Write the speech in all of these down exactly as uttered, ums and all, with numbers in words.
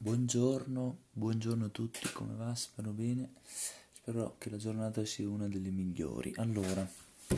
Buongiorno, buongiorno a tutti, come va? Spero bene, spero che la giornata sia una delle migliori. Allora,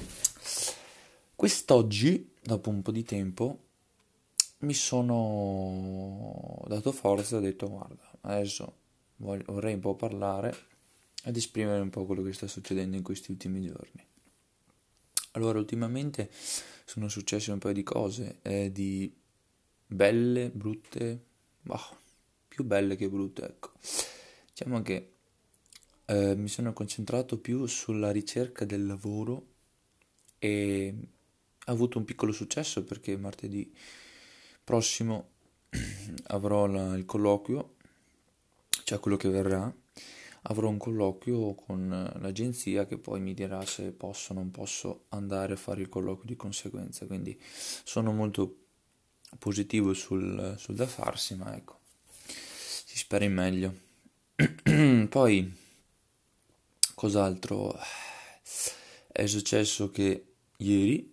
quest'oggi, dopo un po' di tempo, mi sono dato forza e ho detto, guarda, adesso voglio- vorrei un po' parlare ed esprimere un po' quello che sta succedendo in questi ultimi giorni. Allora, ultimamente sono successe un paio di cose, eh, di belle, brutte, bah, più belle che brutte, ecco. Diciamo che eh, mi sono concentrato più sulla ricerca del lavoro e ho avuto un piccolo successo perché martedì prossimo avrò la- il colloquio, cioè quello che verrà, avrò un colloquio con eh, l'agenzia che poi mi dirà se posso o non posso andare a fare il colloquio di conseguenza. Quindi sono molto positivo sul, sul da farsi, ma ecco, si spera in meglio. Poi, cos'altro? È successo che ieri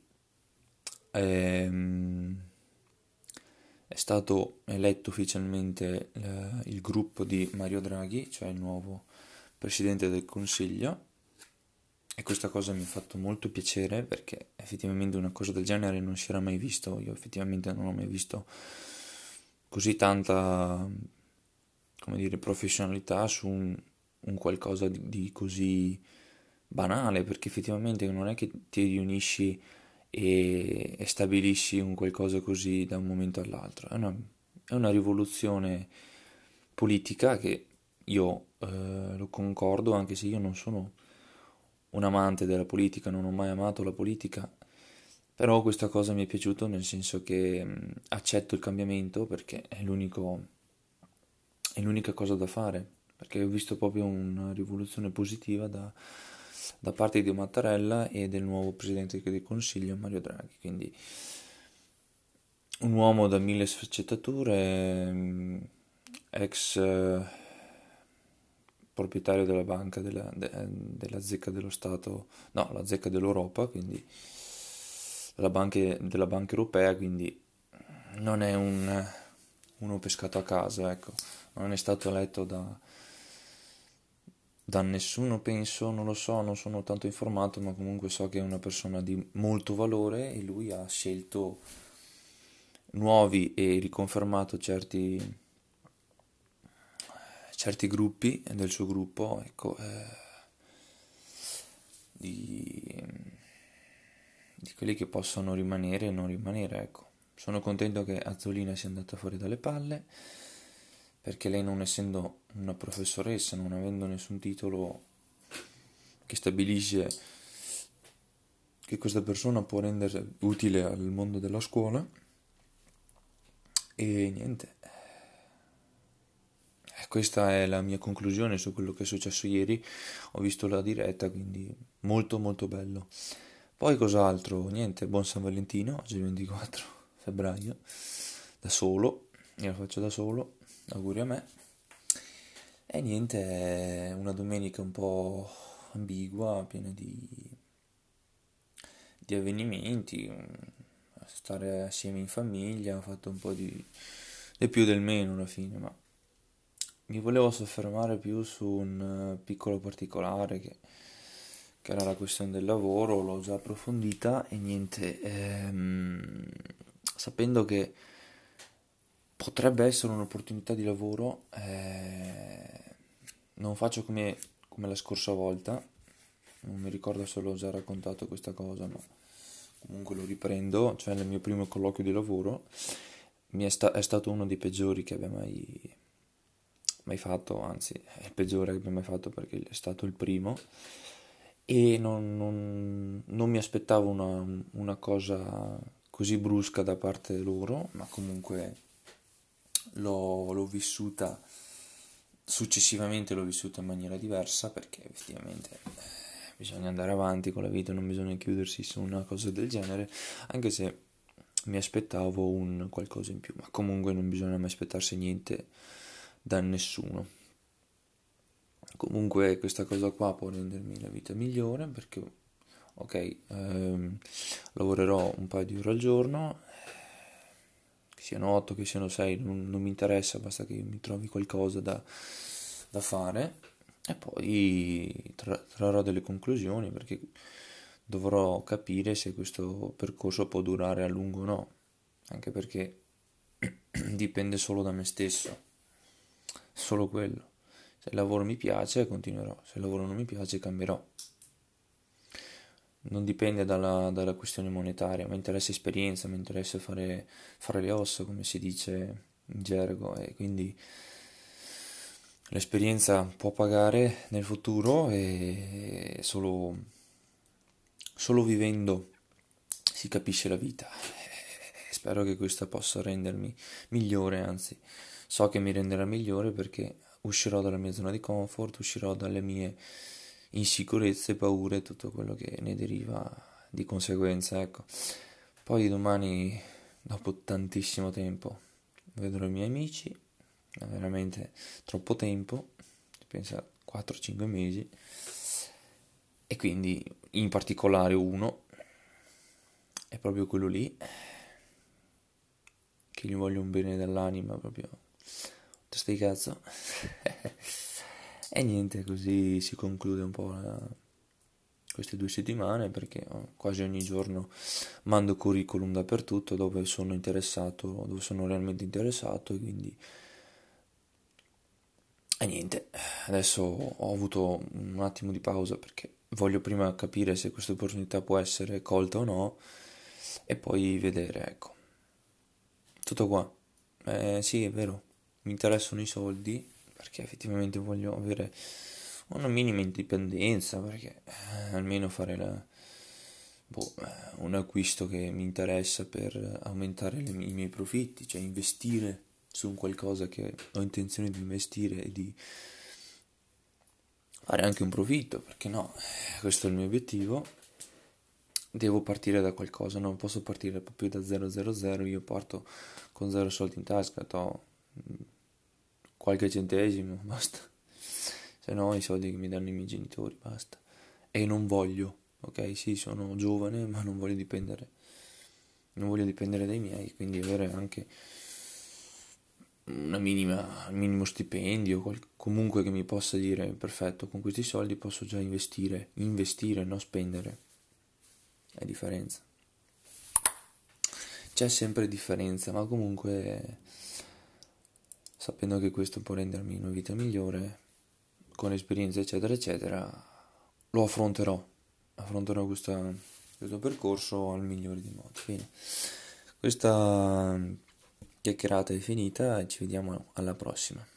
ehm, è stato eletto ufficialmente eh, il gruppo di Mario Draghi, cioè il nuovo Presidente del Consiglio, e questa cosa mi ha fatto molto piacere perché effettivamente una cosa del genere non si era mai visto. Io effettivamente non ho mai visto così tanta, come dire, professionalità su un, un qualcosa di, di così banale, perché effettivamente non è che ti riunisci e, e stabilisci un qualcosa così da un momento all'altro. È una, è una rivoluzione politica che io eh, lo concordo, anche se io non sono un amante della politica, non ho mai amato la politica, però questa cosa mi è piaciuto nel senso che mh, accetto il cambiamento perché è l'unico, è l'unica cosa da fare, perché ho visto proprio una rivoluzione positiva da, da parte di Mattarella e del nuovo Presidente del Consiglio Mario Draghi, quindi un uomo da mille sfaccettature, mh, ex eh, proprietario della banca della, de- della zecca dello Stato, no, la zecca dell'Europa, quindi della banca, della banca europea, quindi non è un, uno pescato a caso, ecco, non è stato eletto da, da nessuno, penso, non lo so, non sono tanto informato, ma comunque so che è una persona di molto valore e lui ha scelto nuovi e riconfermato certi, certi gruppi del suo gruppo, ecco, eh, di, di quelli che possono rimanere e non rimanere, ecco. Sono contento che Azzolina sia andata fuori dalle palle, perché lei non essendo una professoressa, non avendo nessun titolo che stabilisce che questa persona può rendere utile al mondo della scuola, e niente, eh, questa è la mia conclusione su quello che è successo ieri. Ho visto la diretta, quindi molto molto bello. Poi cos'altro? Niente, buon San Valentino, oggi è il ventiquattro febbraio, da solo, io lo faccio da solo, auguri a me. E niente, è una domenica un po' ambigua, piena di, di avvenimenti, stare assieme in famiglia, ho fatto un po' di, di più del meno alla fine, ma mi volevo soffermare più su un eh, piccolo particolare che, che era la questione del lavoro, l'ho già approfondita e niente, ehm, sapendo che potrebbe essere un'opportunità di lavoro, eh, non faccio come, come la scorsa volta, non mi ricordo se l'ho già raccontato questa cosa, ma comunque lo riprendo, cioè nel mio primo colloquio di lavoro mi è, sta- è stato uno dei peggiori che abbia mai, mai fatto, anzi è il peggiore che abbia mai fatto perché è stato il primo e non, non- non mi aspettavo una, una cosa così brusca da parte loro, ma comunque l'ho, l'ho vissuta successivamente, l'ho vissuta in maniera diversa perché effettivamente eh, bisogna andare avanti con la vita, non bisogna chiudersi su una cosa del genere, anche se mi aspettavo un qualcosa in più, ma comunque non bisogna mai aspettarsi niente da nessuno. Comunque questa cosa qua può rendermi la vita migliore perché, ok, ehm, lavorerò un paio di ore al giorno, siano otto, che siano sei, non, non mi interessa, basta che mi trovi qualcosa da, da fare e poi tra- trarrò delle conclusioni perché dovrò capire se questo percorso può durare a lungo o no, anche perché dipende solo da me stesso, solo quello. Se il lavoro mi piace, continuerò, se il lavoro non mi piace, cambierò. Non dipende dalla, dalla questione monetaria, mi interessa esperienza, mi interessa fare, fare le ossa, come si dice in gergo, e quindi l'esperienza può pagare nel futuro e solo, solo vivendo si capisce la vita. E spero che questa possa rendermi migliore, anzi, so che mi renderà migliore perché uscirò dalla mia zona di comfort, uscirò dalle mie insicurezze, paure, tutto quello che ne deriva di conseguenza, ecco. Poi domani, dopo tantissimo tempo, vedrò i miei amici, è veramente troppo tempo, pensa quattro cinque mesi, e quindi in particolare uno, è proprio quello lì, che gli voglio un bene dell'anima, proprio, testa di cazzo. E niente, così si conclude un po' la, queste due settimane perché oh, quasi ogni giorno mando curriculum dappertutto dove sono interessato, dove sono realmente interessato e quindi e niente, adesso ho avuto un attimo di pausa perché voglio prima capire se questa opportunità può essere colta o no e poi vedere, ecco. Tutto qua. Eh, sì, è vero, mi interessano i soldi perché effettivamente voglio avere una minima indipendenza perché eh, almeno fare la, boh, eh, un acquisto che mi interessa per aumentare le mie- i miei profitti, cioè investire su un qualcosa che ho intenzione di investire e di fare anche un profitto, perché no? Eh, Questo è il mio obiettivo. Devo partire da qualcosa, non posso partire proprio da zero zero zero, io parto con zero soldi in tasca, to qualche centesimo, basta. Se no i soldi che mi danno i miei genitori, basta. E non voglio, ok? Sì, sono giovane, ma non voglio dipendere, non voglio dipendere dai miei, quindi avere anche una minima, un minimo stipendio, qual- comunque che mi possa dire, perfetto, con questi soldi posso già investire, investire, non spendere. È differenza. C'è sempre differenza, ma comunque sapendo che questo può rendermi una vita migliore, con esperienza eccetera eccetera, lo affronterò, affronterò questa- questo percorso al migliore dei modi. Bene, questa chiacchierata è finita e ci vediamo alla prossima.